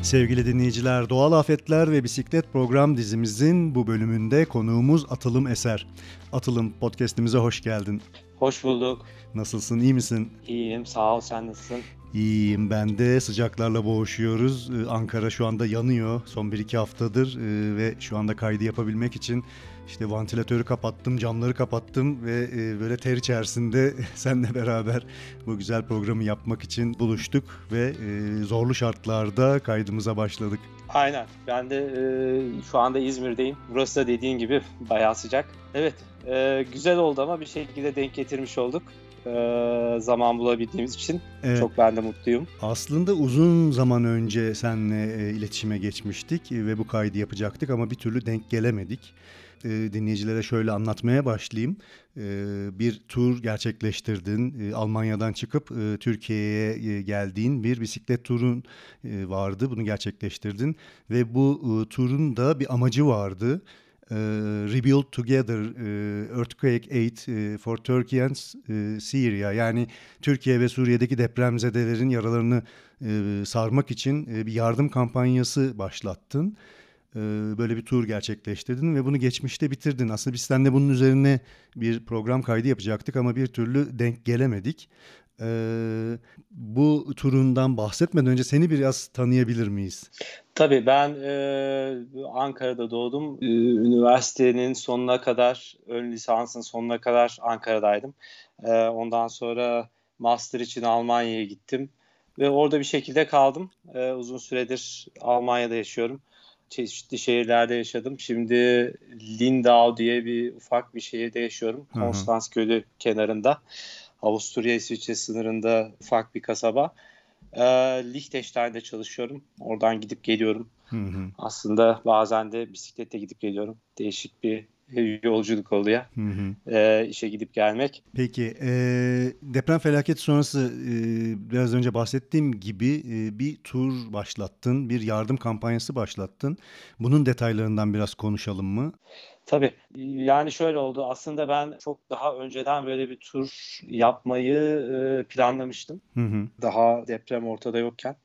Sevgili dinleyiciler, Doğal Afetler ve Bisiklet program dizimizin bu bölümünde konuğumuz Atılım Eser. Atılım, podcast'imize hoş geldin. Hoş bulduk. Nasılsın, iyi misin? İyiyim, sağ ol. Sen nasılsın? İyiyim ben de. Sıcaklarla boğuşuyoruz. Ankara şu anda yanıyor son 1-2 haftadır ve şu anda kaydı yapabilmek için işte vantilatörü kapattım, camları kapattım ve böyle ter içerisinde seninle beraber bu güzel programı yapmak için buluştuk ve zorlu şartlarda kaydımıza başladık. Aynen. Ben de şu anda İzmir'deyim. Burası da dediğin gibi bayağı sıcak. Evet, güzel oldu ama bir şekilde denk getirmiş olduk. Zaman bulabildiğimiz için çok ben de mutluyum. Aslında uzun zaman önce seninle iletişime geçmiştik ve bu kaydı yapacaktık ama bir türlü denk gelemedik. Dinleyicilere şöyle anlatmaya başlayayım. Bir tur gerçekleştirdin. Almanya'dan çıkıp Türkiye'ye geldiğin bir bisiklet turun vardı. Bunu gerçekleştirdin ve bu turun da bir amacı vardı. Rebuild Together Earthquake Aid for Turkey and Syria, yani Türkiye ve Suriye'deki depremzedelerin yaralarını sarmak için bir yardım kampanyası başlattın. Böyle bir tur gerçekleştirdin ve bunu geçmişte bitirdin. Aslında biz seninle bunun üzerine bir program kaydı yapacaktık ama bir türlü denk gelemedik. Bu turundan bahsetmeden önce seni biraz tanıyabilir miyiz? Tabii ben Ankara'da doğdum. Üniversitenin sonuna kadar, ön lisansın sonuna kadar Ankara'daydım. Ondan sonra master için Almanya'ya gittim. Ve orada bir şekilde kaldım. Uzun süredir Almanya'da yaşıyorum. Çeşitli şehirlerde yaşadım. Şimdi Lindau diye bir ufak bir şehirde yaşıyorum. Konstans Gölü kenarında. Avusturya-İsviçre sınırında ufak bir kasaba. Liechtenstein'de çalışıyorum. Oradan gidip geliyorum. Aslında bazen de bisikletle gidip geliyorum. Değişik bir yolculuk oluyor. İşe gidip gelmek. Peki, deprem felaketi sonrası biraz önce bahsettiğim gibi bir tur başlattın, bir yardım kampanyası başlattın. Bunun detaylarından biraz konuşalım mı? Tabii. Yani şöyle oldu. Aslında ben çok daha önceden böyle bir tur yapmayı planlamıştım. Daha deprem ortada yokken.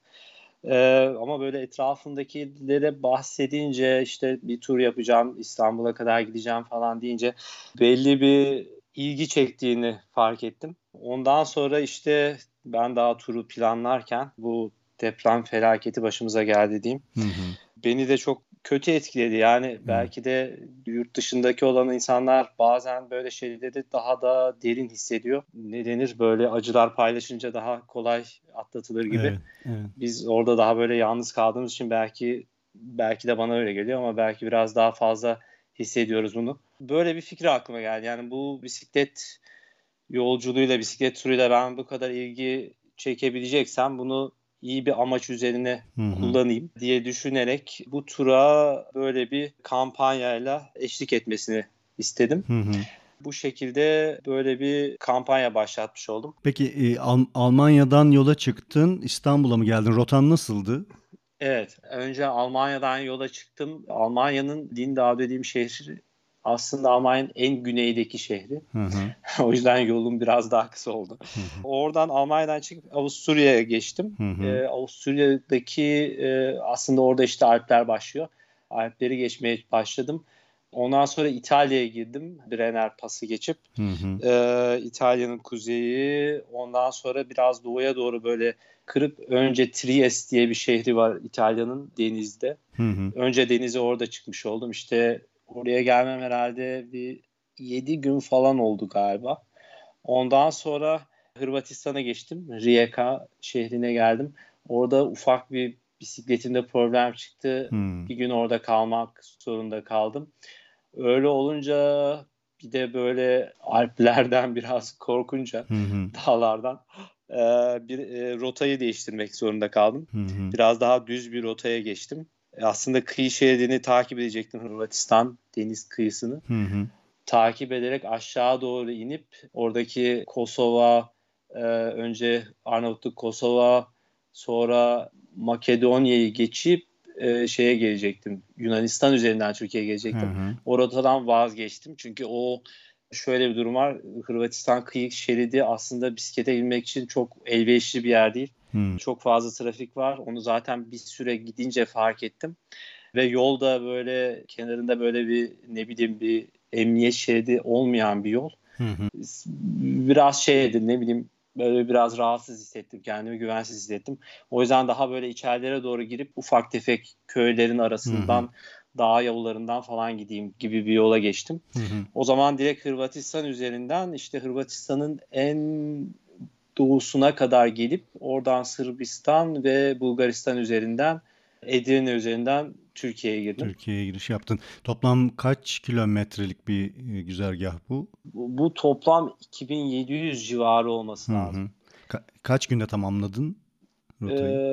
Ama böyle etrafındakilere bahsedince işte bir tur yapacağım, İstanbul'a kadar gideceğim falan deyince belli bir ilgi çektiğini fark ettim. Ondan sonra işte ben daha turu planlarken bu deprem felaketi başımıza geldi diyeyim. Beni de çok kötü etkiledi. Yani belki de yurt dışındaki olan insanlar bazen böyle şeyleri daha da derin hissediyor. Ne denir? Böyle acılar paylaşınca daha kolay atlatılır gibi. Evet, evet. Biz orada daha böyle yalnız kaldığımız için belki de bana öyle geliyor ama belki biraz daha fazla hissediyoruz bunu. Böyle bir fikir aklıma geldi. Yani bu bisiklet yolculuğuyla, bisiklet turuyla ben bu kadar ilgi çekebileceksem bunu iyi bir amaç üzerine kullanayım diye düşünerek bu tura böyle bir kampanyayla eşlik etmesini istedim. Bu şekilde böyle bir kampanya başlatmış oldum. Peki, Almanya'dan yola çıktın, İstanbul'a mı geldin? Rotan nasıldı? Evet, önce Almanya'dan yola çıktım. Almanya'nın Lindau dediğim şehri aslında Almanya'nın en güneydeki şehri. O yüzden yolum biraz daha kısa oldu. Oradan Almanya'dan çıkıp Avusturya'ya geçtim. Avusturya'daki aslında orada işte Alpler başlıyor. Alpleri geçmeye başladım. Ondan sonra İtalya'ya girdim. Brenner Pass'ı geçip. İtalya'nın kuzeyi. Ondan sonra biraz doğuya doğru böyle kırıp önce Trieste diye bir şehri var İtalya'nın denizde. Önce denize orada çıkmış oldum. İşte oraya gelmem herhalde bir 7 gün falan oldu galiba. Ondan sonra Hırvatistan'a geçtim. Rijeka şehrine geldim. Orada ufak bir bisikletimde problem çıktı. Bir gün orada kalmak zorunda kaldım. Öyle olunca bir de böyle Alplerden biraz korkunca dağlardan bir rotayı değiştirmek zorunda kaldım. Biraz daha düz bir rotaya geçtim. Aslında kıyı şeridini takip edecektim, Hırvatistan deniz kıyısını. Takip ederek aşağı doğru inip oradaki Kosova, önce Arnavutluk, Kosova, sonra Makedonya'yı geçip şeye gelecektim. Yunanistan üzerinden Türkiye'ye gelecektim. O rotadan vazgeçtim. Çünkü o şöyle bir durum var. Hırvatistan kıyı şeridi aslında bisiklete binmek için çok elverişli bir yer değil. Çok fazla trafik var. Onu zaten bir süre gidince fark ettim. Ve yolda böyle kenarında böyle bir ne bileyim bir emniyet şeridi olmayan bir yol. Biraz şeydi ne bileyim böyle biraz rahatsız hissettim. Kendimi güvensiz hissettim. O yüzden daha böyle içerilere doğru girip ufak tefek köylerin arasından dağ yollarından falan gideyim gibi bir yola geçtim. O zaman direkt Hırvatistan üzerinden işte Hırvatistan'ın en doğusuna kadar gelip oradan Sırbistan ve Bulgaristan üzerinden Edirne üzerinden Türkiye'ye girdim. Türkiye'ye giriş yaptın. Toplam kaç kilometrelik bir güzergah bu? Bu toplam 2700 civarı olması lazım. Kaç günde tamamladın rotayı?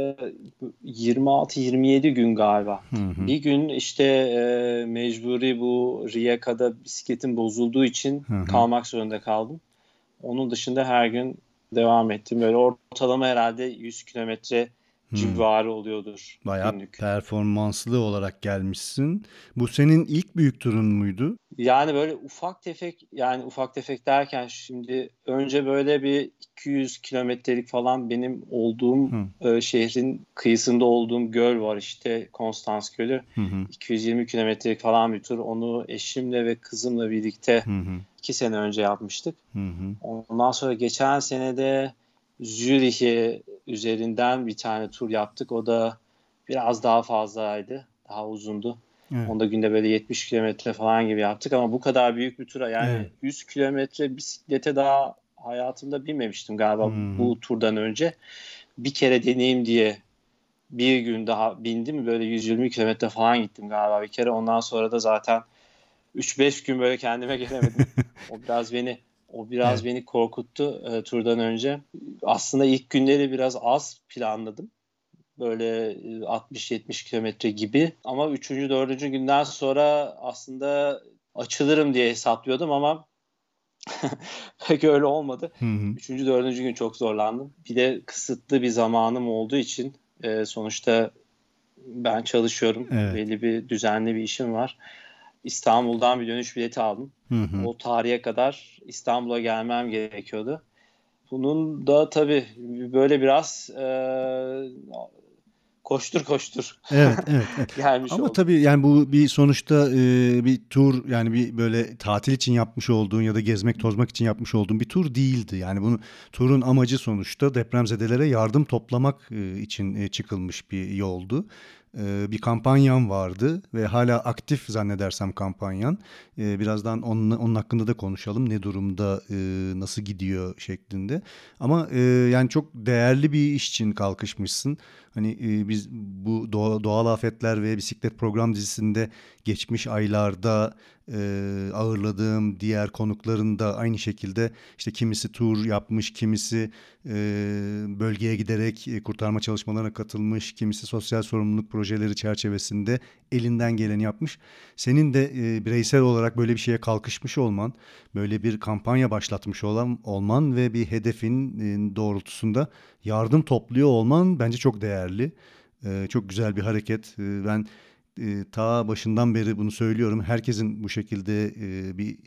26-27 gün galiba. Bir gün işte mecburi bu Rijeka'da bisikletim bozulduğu için kalmak zorunda kaldım. Onun dışında her gün devam ettim. Böyle ortalama herhalde 100 kilometre civarı oluyordur Bayağı günlük. performanslı olarak gelmişsin. Bu senin ilk büyük turun muydu? Yani böyle ufak tefek derken şimdi önce böyle bir 200 kilometrelik falan benim olduğum şehrin kıyısında olduğum göl var işte Konstans Gölü. 220 kilometrelik falan bir tur. Onu eşimle ve kızımla birlikte 2 sene önce yapmıştık. Ondan sonra geçen sene de Zürih'e üzerinden bir tane tur yaptık. O da biraz daha fazlaydı. Daha uzundu. Evet. Onda günde böyle 70 kilometre falan gibi yaptık ama bu kadar büyük bir tura yani 100 kilometre bisiklete daha hayatımda binmemiştim galiba bu turdan önce. Bir kere deneyeyim diye bir gün daha bindim böyle 120 kilometre falan gittim galiba bir kere. Ondan sonra da zaten 3-5 gün böyle kendime gelemedim. O biraz beni korkuttu turdan önce. Aslında ilk günleri biraz az planladım. Böyle 60-70 kilometre gibi. Ama 3. 4. günden sonra aslında açılırım diye hesaplıyordum ama pek öyle olmadı. 3. 4. gün çok zorlandım. Bir de kısıtlı bir zamanım olduğu için sonuçta ben çalışıyorum. Evet. Belli bir düzenli bir işim var. İstanbul'dan bir dönüş bileti aldım. O tarihe kadar İstanbul'a gelmem gerekiyordu. Bunun da tabii böyle biraz koştur Evet. gelmiş Ama oldum. tabii yani bu bir sonuçta bir tur, yani bir böyle tatil için yapmış olduğun ya da gezmek tozmak için yapmış olduğun bir tur değildi. Yani bunu turun amacı sonuçta depremzedelere yardım toplamak için çıkılmış bir yoldu. Bir kampanyan vardı ve hala aktif zannedersem kampanyan. Birazdan onun hakkında da konuşalım. Ne durumda, nasıl gidiyor şeklinde. Ama yani çok değerli bir iş için kalkışmışsın. Hani biz bu doğal afetler ve bisiklet program dizisinde geçmiş aylarda ağırladığım diğer konukların da aynı şekilde işte kimisi tur yapmış, kimisi bölgeye giderek kurtarma çalışmalarına katılmış, kimisi sosyal sorumluluk projeleri çerçevesinde elinden geleni yapmış. Senin de bireysel olarak böyle bir şeye kalkışmış olman, böyle bir kampanya başlatmış olman ve bir hedefin doğrultusunda yardım topluyor olman bence çok değerli. Çok güzel bir hareket. Ben ta başından beri bunu söylüyorum. Herkesin bu şekilde bir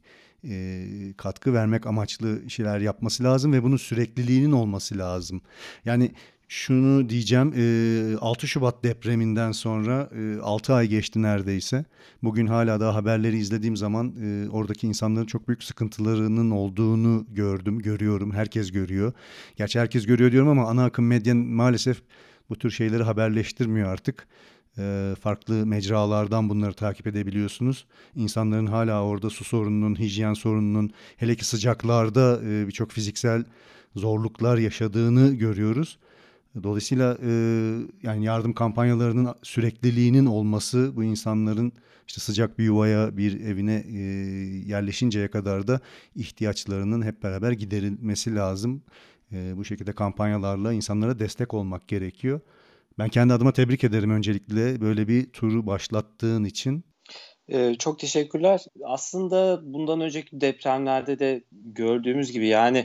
katkı vermek amaçlı şeyler yapması lazım ve bunun sürekliliğinin olması lazım. Yani şunu diyeceğim, 6 Şubat depreminden sonra 6 ay geçti neredeyse. Bugün hala daha haberleri izlediğim zaman oradaki insanların çok büyük sıkıntılarının olduğunu görüyorum. Herkes görüyor. Gerçi herkes görüyor diyorum ama ana akım medya maalesef bu tür şeyleri haberleştirmiyor artık. Farklı mecralardan bunları takip edebiliyorsunuz. İnsanların hala orada su sorununun, hijyen sorununun, hele ki sıcaklarda birçok fiziksel zorluklar yaşadığını görüyoruz. Dolayısıyla yani yardım kampanyalarının sürekliliğinin olması, bu insanların işte sıcak bir yuvaya, bir evine yerleşinceye kadar da ihtiyaçlarının hep beraber giderilmesi lazım. Bu şekilde kampanyalarla insanlara destek olmak gerekiyor. Ben kendi adıma tebrik ederim öncelikle böyle bir turu başlattığın için. Çok teşekkürler. Aslında bundan önceki depremlerde de gördüğümüz gibi yani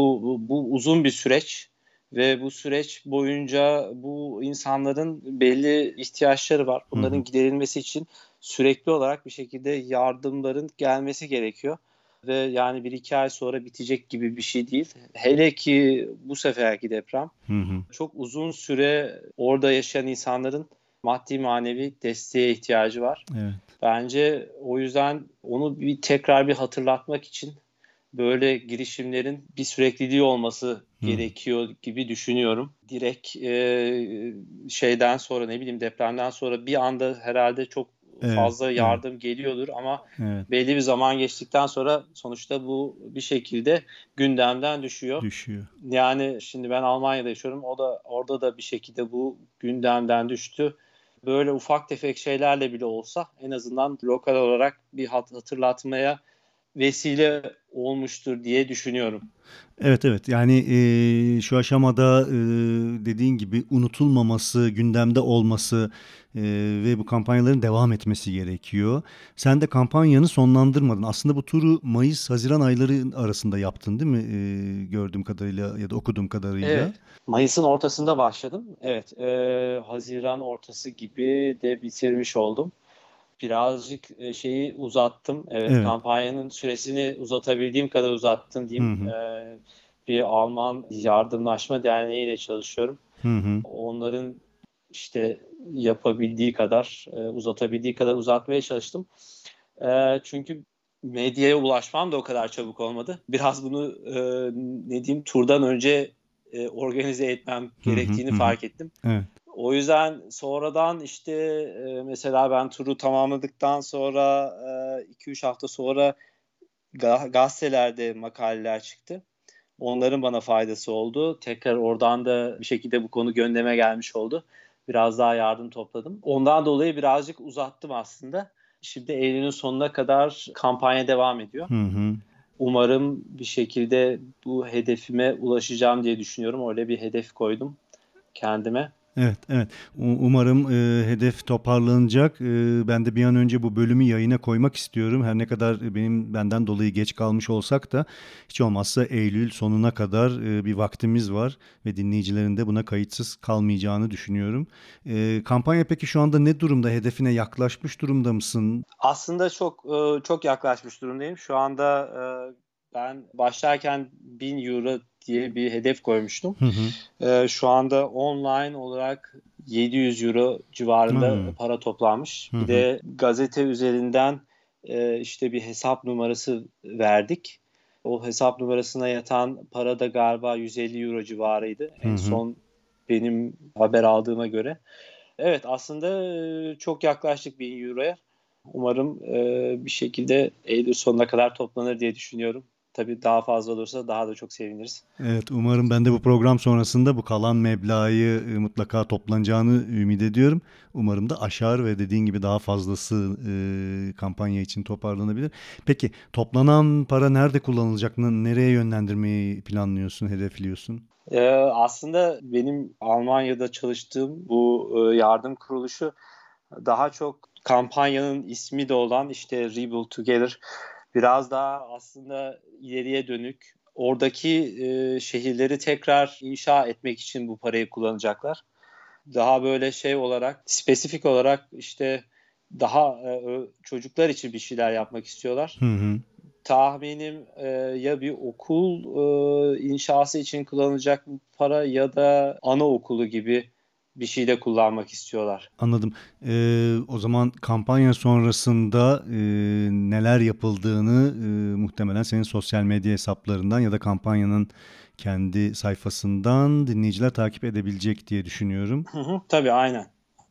bu uzun bir süreç ve bu süreç boyunca bu insanların belli ihtiyaçları var. Hı Bunların hı. giderilmesi için sürekli olarak bir şekilde yardımların gelmesi gerekiyor. ve yani 1-2 ay sonra bitecek gibi bir şey değil. Hele ki bu seferki deprem çok uzun süre orada yaşayan insanların maddi manevi desteğe ihtiyacı var. Evet. Bence o yüzden onu tekrar bir hatırlatmak için böyle girişimlerin bir sürekliliği olması gerekiyor gibi düşünüyorum. Direkt şeyden sonra, ne bileyim, depremden sonra bir anda herhalde çok fazla yardım geliyordur ama belli bir zaman geçtikten sonra sonuçta bu bir şekilde gündemden düşüyor. Yani şimdi ben Almanya'da yaşıyorum. Orada da bir şekilde bu gündemden düştü. Böyle ufak tefek şeylerle bile olsa en azından lokal olarak bir hatırlatmaya vesile olmuştur diye düşünüyorum. Evet yani şu aşamada dediğin gibi unutulmaması, gündemde olması ve bu kampanyaların devam etmesi gerekiyor. Sen de kampanyanı sonlandırmadın. Aslında bu turu Mayıs-Haziran ayları arasında yaptın değil mi? Gördüğüm kadarıyla ya da okuduğum kadarıyla. Evet. Mayıs'ın ortasında başladım. Evet. Haziran ortası gibi de bitirmiş oldum. Birazcık şeyi uzattım. Evet, kampanyanın süresini uzatabildiğim kadar uzattım diyeyim. Bir Alman Yardımlaşma Derneği ile çalışıyorum. Onların işte yapabildiği kadar, uzatabildiği kadar uzatmaya çalıştım. Çünkü medyaya ulaşmam da o kadar çabuk olmadı. Biraz bunu ne diyeyim, turdan önce organize etmem gerektiğini fark ettim. Evet. O yüzden sonradan işte mesela ben turu tamamladıktan sonra 2-3 hafta sonra gazetelerde makaleler çıktı. Onların bana faydası oldu. Tekrar oradan da bir şekilde bu konu gündeme gelmiş oldu. Biraz daha yardım topladım. Ondan dolayı birazcık uzattım aslında. Şimdi Eylül'ün sonuna kadar kampanya devam ediyor. Umarım bir şekilde bu hedefime ulaşacağım diye düşünüyorum. Öyle bir hedef koydum kendime. Evet. Umarım hedef toparlanacak. Ben de bir an önce bu bölümü yayına koymak istiyorum. Her ne kadar benden dolayı geç kalmış olsak da hiç olmazsa Eylül sonuna kadar bir vaktimiz var ve dinleyicilerin de buna kayıtsız kalmayacağını düşünüyorum. Kampanya peki şu anda ne durumda? Hedefine yaklaşmış durumda mısın? Aslında çok yaklaşmış durumdayım. Şu anda ben başlarken 1000 euro diye bir hedef koymuştum. Şu anda online olarak 700 euro civarında para toplanmış. Bir de gazete üzerinden işte bir hesap numarası verdik. O hesap numarasına yatan para da galiba 150 euro civarıydı. En son benim haber aldığıma göre. Evet, aslında çok yaklaştık 1000 euroya. Umarım bir şekilde Eylül sonuna kadar toplanır diye düşünüyorum. Tabii daha fazla olursa daha da çok seviniriz. Evet, umarım ben de bu program sonrasında bu kalan meblağı mutlaka toplanacağını ümit ediyorum. Umarım da aşar ve dediğin gibi daha fazlası kampanya için toparlanabilir. Peki toplanan para nerede kullanılacak? Nereye yönlendirmeyi planlıyorsun, hedefliyorsun? Aslında benim Almanya'da çalıştığım bu yardım kuruluşu daha çok kampanyanın ismi de olan işte Rebuild Together, biraz daha aslında ileriye dönük, oradaki şehirleri tekrar inşa etmek için bu parayı kullanacaklar. Daha böyle şey olarak, spesifik olarak işte daha çocuklar için bir şeyler yapmak istiyorlar. Tahminim ya bir okul inşası için kullanılacak para ya da anaokulu gibi bir şey de kullanmak istiyorlar. Anladım. O zaman kampanya sonrasında neler yapıldığını muhtemelen senin sosyal medya hesaplarından ya da kampanyanın kendi sayfasından dinleyiciler takip edebilecek diye düşünüyorum. Tabii, aynen.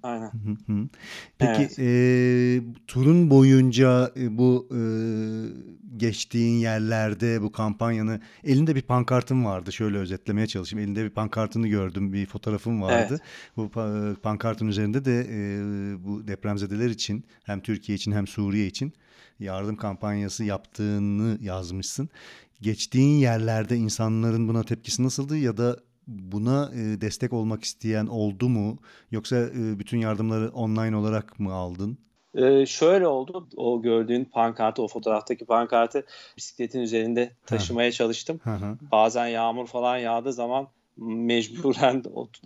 Peki Evet. turun boyunca bu geçtiğin yerlerde bu kampanyanı elinde bir pankartın vardı. Şöyle özetlemeye çalışayım. Elinde bir pankartını gördüm. Bir fotoğrafın vardı. Evet. Bu pankartın üzerinde de bu depremzedeler için hem Türkiye için hem Suriye için yardım kampanyası yaptığını yazmışsın. Geçtiğin yerlerde insanların buna tepkisi nasıldı ya da buna destek olmak isteyen oldu mu? Yoksa bütün yardımları online olarak mı aldın? Şöyle oldu. O gördüğün pankartı, o fotoğraftaki pankartı bisikletin üzerinde taşımaya çalıştım. Bazen yağmur falan yağdığı zaman mecburen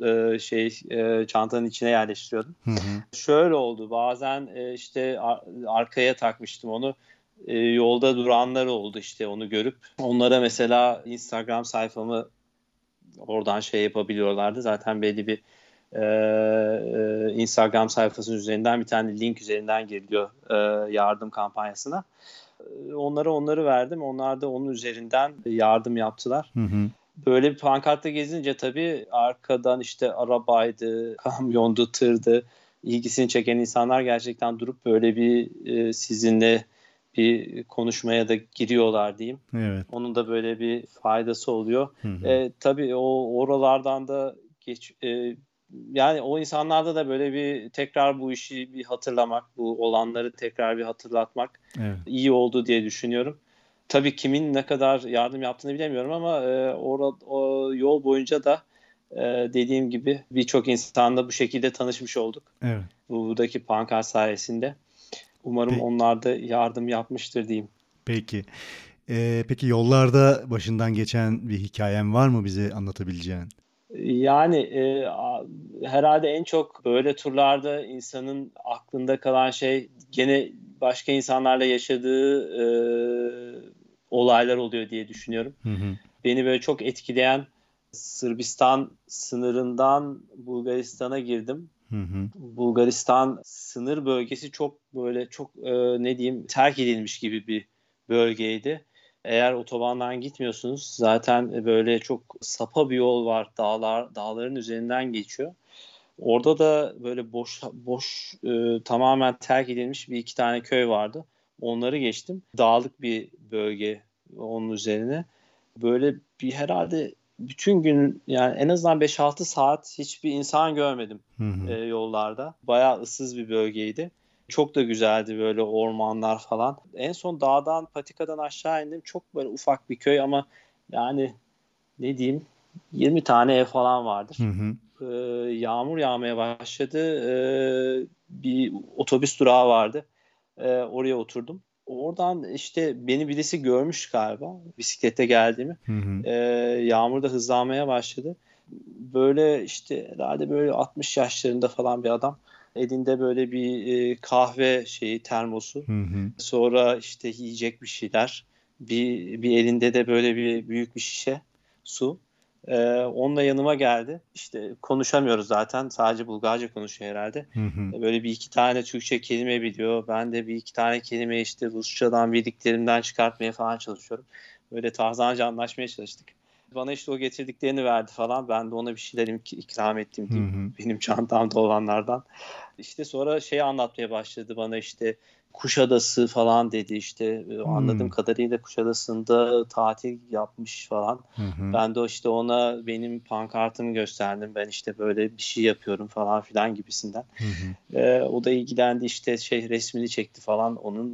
çantanın içine yerleştiriyordum. Şöyle oldu. Bazen işte arkaya takmıştım onu. yolda duranlar oldu işte onu görüp. Onlara mesela Instagram sayfamı oradan şey yapabiliyorlardı. Zaten belli bir Instagram sayfasının üzerinden bir tane link üzerinden giriliyor yardım kampanyasına. Onları verdim. Onlar da onun üzerinden yardım yaptılar. Hı hı. Böyle bir pankartta gezince tabii arkadan işte arabaydı, kamyondu, tırdı, ilgisini çeken insanlar gerçekten durup böyle bir sizinle bir konuşmaya da giriyorlar diyeyim. Evet. Onun da böyle bir faydası oluyor. Hı hı. Tabii o oralardan da yani o insanlarda da böyle bir tekrar bu işi bir hatırlamak, bu olanları tekrar bir hatırlatmak Evet. iyi oldu diye düşünüyorum. Tabii kimin ne kadar yardım yaptığını bilemiyorum ama o yol boyunca da dediğim gibi birçok insanla bu şekilde tanışmış olduk. Evet. Buradaki pankart sayesinde. Umarım Pe- onlar da yardım yapmıştır diyeyim. peki. Peki yollarda başından geçen bir hikayen var mı bize anlatabileceğin? Yani herhalde en çok böyle turlarda insanın aklında kalan şey gene başka insanlarla yaşadığı olaylar oluyor diye düşünüyorum. Hı hı. Beni böyle çok etkileyen Sırbistan sınırından Bulgaristan'a girdim. Hı hı. Bulgaristan sınır bölgesi çok böyle çok ne diyeyim terk edilmiş gibi bir bölgeydi. Eğer otobandan gitmiyorsunuz zaten böyle çok sapa bir yol var. Dağların üzerinden geçiyor. Orada da böyle boş tamamen terk edilmiş bir iki tane köy vardı. Onları geçtim. Dağlık bir bölge onun üzerine. Böyle bir herhalde bütün gün yani en azından 5-6 saat hiçbir insan görmedim Hı hı. yollarda. Bayağı ıssız bir bölgeydi. Çok da güzeldi böyle ormanlar falan. En son dağdan, patikadan aşağı indim. Çok böyle ufak bir köy ama yani ne diyeyim 20 tane ev falan Hı vardır. hı. Ee, Yağmur yağmaya başladı. Bir otobüs durağı vardı. Oraya oturdum. Oradan işte beni birisi görmüş galiba bisiklete geldiğimi. Hı hı. Ee, Yağmur da hızlanmaya başladı. Böyle işte herhalde böyle 60 yaşlarında falan bir adam. Elinde böyle bir kahve şeyi termosu. Hı hı. Sonra işte yiyecek bir şeyler. Bir elinde de böyle bir büyük bir şişe su. Onunla yanıma geldi. İşte konuşamıyoruz zaten. Sadece Bulgarca konuşuyor herhalde. Hı hı. Böyle bir iki tane Türkçe kelime biliyor. Ben de bir iki tane kelime işte Rusçadan bildiklerimden çıkartmaya falan çalışıyorum. Böyle tarzanca anlaşmaya çalıştık. Bana işte o getirdiklerini verdi falan. Ben de ona bir şeyler ikram ettim Hı diyeyim. hı. Benim çantamda olanlardan. İşte sonra şey anlatmaya başladı bana işte Kuşadası falan dedi işte anladığım Hı kadarıyla Kuşadası'nda tatil yapmış falan. hı. Ben de işte ona benim pankartımı gösterdim. Ben işte böyle bir şey yapıyorum falan filan gibisinden. Hı hı. O da ilgilendi işte şey resmini çekti falan onun.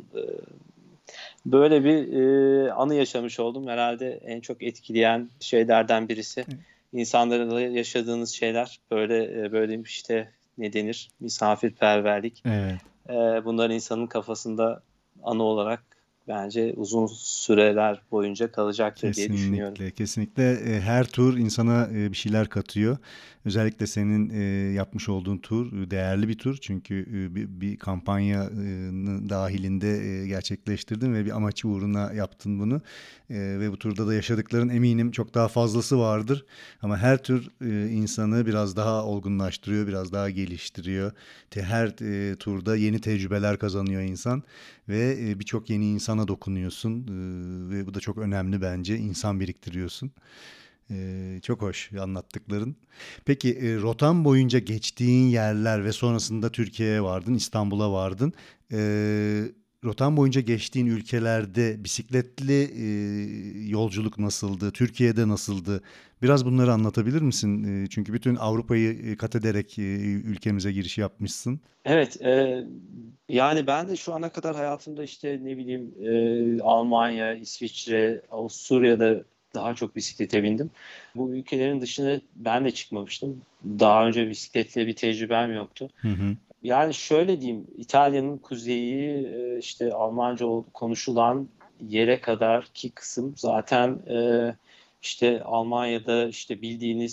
Böyle bir anı yaşamış oldum. Herhalde en çok etkileyen şeylerden birisi. İnsanlarla yaşadığınız şeyler böyle işte ne denir? Misafirperverlik. Evet. Bunlar insanın kafasında anı olarak bence uzun süreler boyunca kalacaktır diye düşünüyorum. Kesinlikle, kesinlikle her tur insana bir şeyler katıyor. Özellikle senin yapmış olduğun tur değerli bir tur çünkü bir kampanyanın dahilinde gerçekleştirdin ve bir amaç uğruna yaptın bunu. Ve bu turda da yaşadıkların eminim çok daha fazlası vardır. Ama her tur insanı biraz daha olgunlaştırıyor, biraz daha geliştiriyor. Her turda yeni tecrübeler kazanıyor insan. Ve birçok yeni insana dokunuyorsun. Ve bu da çok önemli bence. İnsan biriktiriyorsun. Çok hoş anlattıkların. Peki rotan boyunca geçtiğin yerler ve sonrasında Türkiye'ye vardın, İstanbul'a vardın. E, Rotan boyunca geçtiğin ülkelerde bisikletli yolculuk nasıldı? Türkiye'de nasıldı? Biraz bunları anlatabilir misin? Çünkü bütün Avrupa'yı kat ederek ülkemize giriş yapmışsın. Evet, yani ben de şu ana kadar hayatımda işte ne bileyim Almanya, İsviçre, Avusturya'da daha çok bisiklete bindim. Bu ülkelerin dışına ben de çıkmamıştım. Daha önce bisikletle bir tecrübem yoktu. Hı hı. Yani şöyle diyeyim, İtalya'nın kuzeyi işte Almanca konuşulan yere kadar ki kısım zaten işte Almanya'da işte bildiğiniz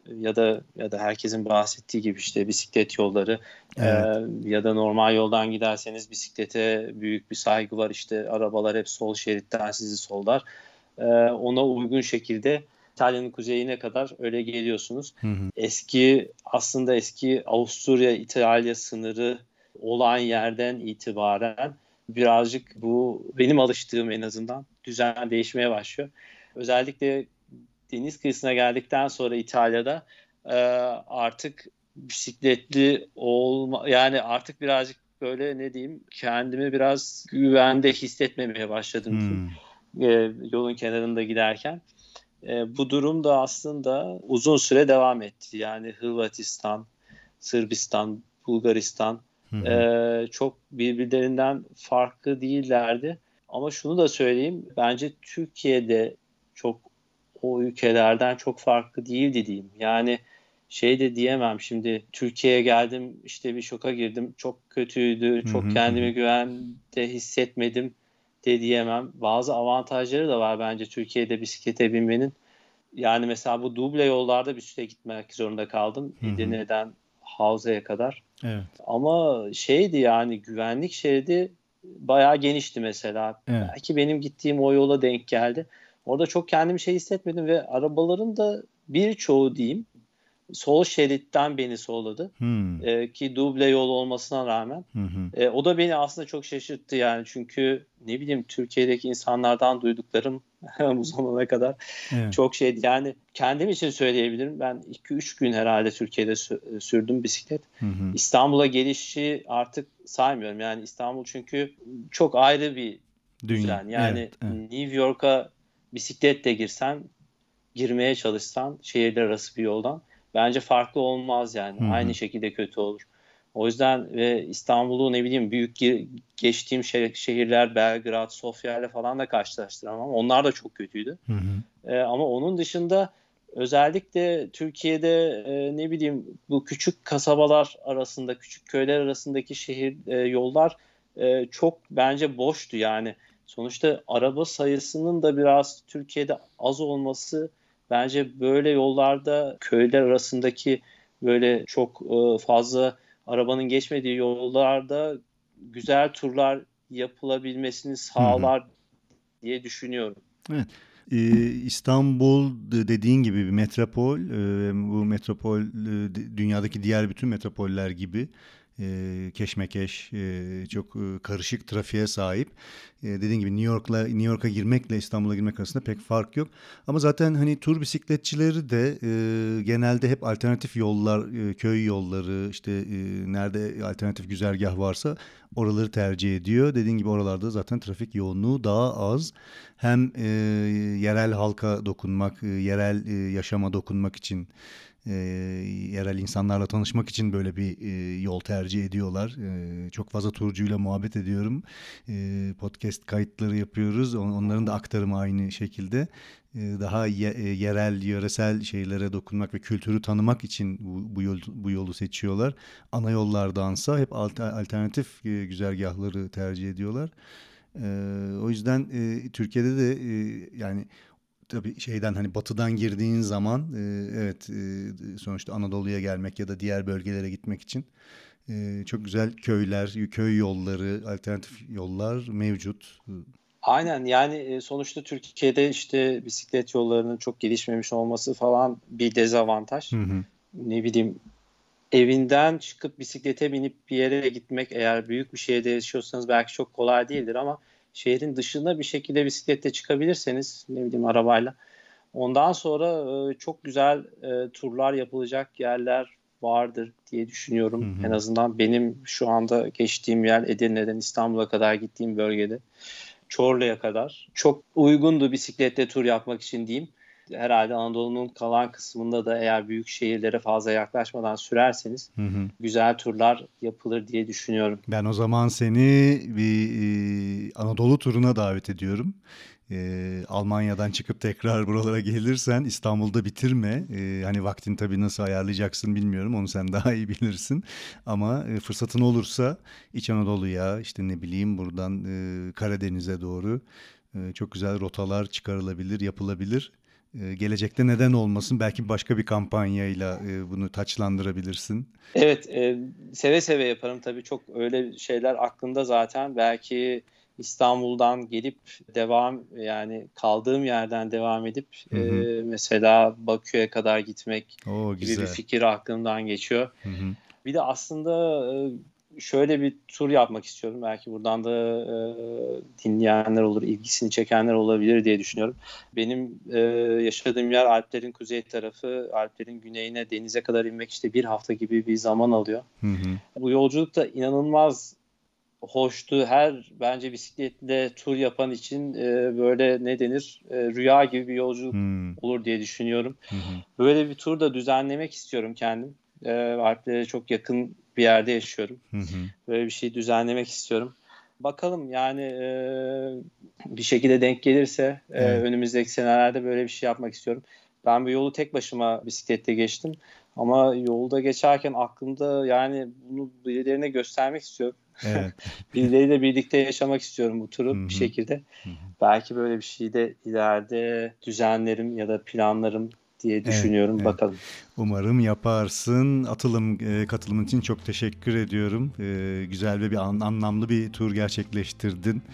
ya da herkesin bahsettiği gibi işte bisiklet yolları, Evet. ya da normal yoldan giderseniz bisiklete büyük bir saygı var. İşte arabalar hep sol şeritten sizi sollar. Ona uygun şekilde İtalya'nın kuzeyine kadar öyle geliyorsunuz. Hı hı. Aslında eski Avusturya-İtalya sınırı olan yerden itibaren birazcık bu benim alıştığım en azından düzen değişmeye başlıyor. Özellikle deniz kıyısına geldikten sonra İtalya'da artık bisikletli olma, yani artık birazcık böyle ne diyeyim, kendimi biraz güvende hissetmemeye başladım diyeyim. Hmm. Yolun kenarında giderken. Bu durum da aslında uzun süre devam etti. Yani Hırvatistan, Sırbistan, Bulgaristan Hı hı. çok birbirlerinden farklı değillerdi. Ama şunu da söyleyeyim, bence Türkiye'de çok o ülkelerden çok farklı değildi diyeyim. Yani şey de diyemem, şimdi Türkiye'ye geldim işte bir şoka girdim, çok kötüydü, Hı çok hı. Hı hı. kendimi güvende hissetmedim de diyemem. Bazı avantajları da var bence Türkiye'de bisiklete binmenin. Yani mesela bu duble yollarda bir süre gitmek zorunda kaldım. Hı hı. Edirne'den Havza'ya kadar. Evet. Ama şeydi, yani güvenlik şeridi bayağı genişti mesela. Evet. Belki benim gittiğim o yola denk geldi. Orada çok kendimi şey hissetmedim ve arabaların da birçoğu diyeyim sol şeritten beni solladı. Hmm. Ki duble yol olmasına rağmen. Hı hı. O da beni aslında çok şaşırttı yani, çünkü ne bileyim Türkiye'deki insanlardan duyduklarım bu zamana kadar Evet. çok şeydi. Yani kendim için söyleyebilirim. Ben 2-3 gün herhalde Türkiye'de sürdüm bisiklet. Hı hı. İstanbul'a gelişi artık saymıyorum. Yani İstanbul çünkü çok ayrı bir Dünya. düzen. Evet. Yani Evet. New York'a bisikletle girmeye çalışsan şehirler arası bir yoldan bence farklı olmaz yani. Hı Aynı hı. şekilde kötü olur. O yüzden ve İstanbul'u ne bileyim büyük geçtiğim şehirler Belgrad, Sofya ile falan da karşılaştıramam. Onlar da çok kötüydü. Hı hı. Ama onun dışında özellikle Türkiye'de ne bileyim bu küçük kasabalar arasında, küçük köyler arasındaki yollar çok bence boştu yani. Sonuçta araba sayısının da biraz Türkiye'de az olması bence böyle yollarda köyler arasındaki böyle çok fazla arabanın geçmediği yollarda güzel turlar yapılabilmesini Hı hı. sağlar diye düşünüyorum. Evet. İstanbul dediğin gibi bir metropol. Bu metropol dünyadaki diğer bütün metropoller gibi keşmekeş, çok karışık trafiğe sahip. Dediğin gibi New York'a girmekle İstanbul'a girmek arasında pek fark yok. Ama zaten hani tur bisikletçileri de genelde hep alternatif yollar, köy yolları, işte nerede alternatif güzergah varsa oraları tercih ediyor. Dediğin gibi oralarda zaten trafik yoğunluğu daha az. Hem yerel halka dokunmak, yerel yaşama dokunmak için, e, yerel insanlarla tanışmak için böyle bir yol tercih ediyorlar. Çok fazla turcuyla muhabbet ediyorum. Podcast kayıtları yapıyoruz. Onların da aktarımı aynı şekilde. Daha yerel, yöresel şeylere dokunmak ve kültürü tanımak için bu yolu seçiyorlar. Ana yollardansa hep alternatif güzergahları tercih ediyorlar. O yüzden Türkiye'de de yani tabii şeyden hani batıdan girdiğin zaman evet, sonuçta Anadolu'ya gelmek ya da diğer bölgelere gitmek için çok güzel köyler, köy yolları, alternatif yollar mevcut. Aynen, yani sonuçta Türkiye'de işte bisiklet yollarının çok gelişmemiş olması falan bir dezavantaj. Hı hı. Ne bileyim, evinden çıkıp bisiklete binip bir yere gitmek, eğer büyük bir şehirde yaşıyorsanız belki çok kolay değildir ama şehrin dışında bir şekilde bisikletle çıkabilirseniz, ne bileyim arabayla, ondan sonra çok güzel turlar yapılacak yerler vardır diye Hı düşünüyorum. En hı. azından benim şu anda geçtiğim yer Edirne'den İstanbul'a kadar gittiğim bölgede. Çorlu'ya kadar. Çok uygundu bisikletle tur yapmak için diyeyim. Herhalde Anadolu'nun kalan kısmında da eğer büyük şehirlere fazla yaklaşmadan sürerseniz Hı hı. güzel turlar yapılır diye düşünüyorum. Ben o zaman seni bir Anadolu turuna davet ediyorum. Almanya'dan çıkıp tekrar buralara gelirsen İstanbul'da bitirme. Hani vaktin tabii nasıl ayarlayacaksın bilmiyorum. Onu sen daha iyi bilirsin. Ama fırsatın olursa İç Anadolu'ya, işte ne bileyim buradan Karadeniz'e doğru çok güzel rotalar çıkarılabilir, yapılabilir. Gelecekte neden olmasın? Belki başka bir kampanyayla bunu taçlandırabilirsin. Evet, seve seve yaparım tabii. Çok öyle şeyler aklımda zaten. Belki İstanbul'dan gelip yani kaldığım yerden devam edip mesela Bakü'ye kadar gitmek gibi bir Güzel. fikir aklımdan geçiyor. Bir de aslında şöyle bir tur yapmak istiyorum. Belki buradan da dinleyenler olur, ilgisini çekenler olabilir diye düşünüyorum. Benim yaşadığım yer Alplerin kuzey tarafı. Alplerin güneyine, denize kadar inmek işte bir hafta gibi bir zaman alıyor. Bu yolculuk da inanılmaz hoştu. Bence bisikletle tur yapan için böyle ne denir, rüya gibi bir yolculuk olur diye düşünüyorum. Böyle bir tur da düzenlemek istiyorum kendim. Alplere çok yakın bir yerde yaşıyorum. Böyle bir şey düzenlemek istiyorum. Bakalım yani bir şekilde denk gelirse önümüzdeki senelerde böyle bir şey yapmak istiyorum. Ben bu yolu tek başıma bisikletle geçtim. Ama yolda geçerken aklımda yani bunu birilerine göstermek istiyorum. Evet. Birileriyle birlikte yaşamak istiyorum bu turu bir şekilde. Belki böyle bir şey de ileride düzenlerim ya da planlarım diye düşünüyorum. Evet. Bakalım. Umarım yaparsın. Katılımın için çok teşekkür ediyorum. Güzel ve anlamlı bir tur gerçekleştirdin.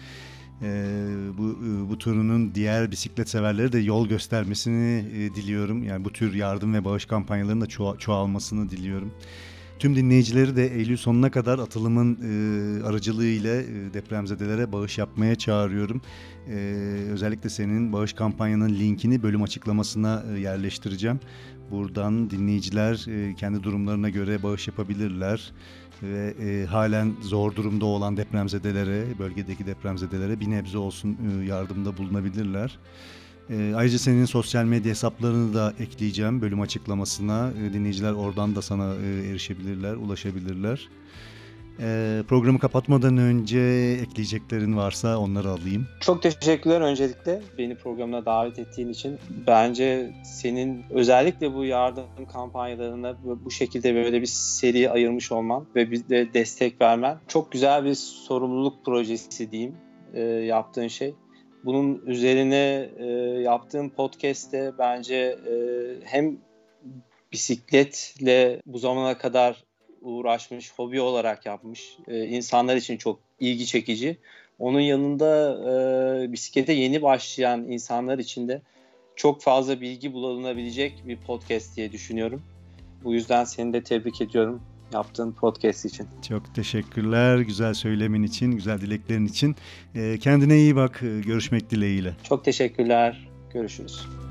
Bu turunun diğer bisiklet severlere de yol göstermesini diliyorum. Yani bu tür yardım ve bağış kampanyalarının da çoğalmasını diliyorum. Tüm dinleyicileri de Eylül sonuna kadar atılımın aracılığıyla depremzedelere bağış yapmaya çağırıyorum. Özellikle senin bağış kampanyanın linkini bölüm açıklamasına yerleştireceğim. Buradan dinleyiciler kendi durumlarına göre bağış yapabilirler. Ve halen zor durumda olan bölgedeki depremzedelere bir nebze olsun yardımda bulunabilirler. Ayrıca senin sosyal medya hesaplarını da ekleyeceğim bölüm açıklamasına. Dinleyiciler oradan da sana erişebilirler, ulaşabilirler. Programı kapatmadan önce ekleyeceklerin varsa onları alayım. Çok teşekkürler öncelikle beni programına davet ettiğin için. Bence senin özellikle bu yardım kampanyalarına bu şekilde böyle bir seri ayırmış olman ve bir de destek vermen çok güzel bir sorumluluk projesi diyeyim yaptığın şey. Bunun üzerine yaptığım podcast'te bence hem bisikletle bu zamana kadar uğraşmış, hobi olarak yapmış insanlar için çok ilgi çekici. Onun yanında bisiklete yeni başlayan insanlar için de çok fazla bilgi bulunabilecek bir podcast diye düşünüyorum. Bu yüzden seni de tebrik ediyorum yaptığın podcast için. Çok teşekkürler güzel söylemin için, güzel dileklerin için. Kendine iyi bak, görüşmek dileğiyle. Çok teşekkürler, görüşürüz.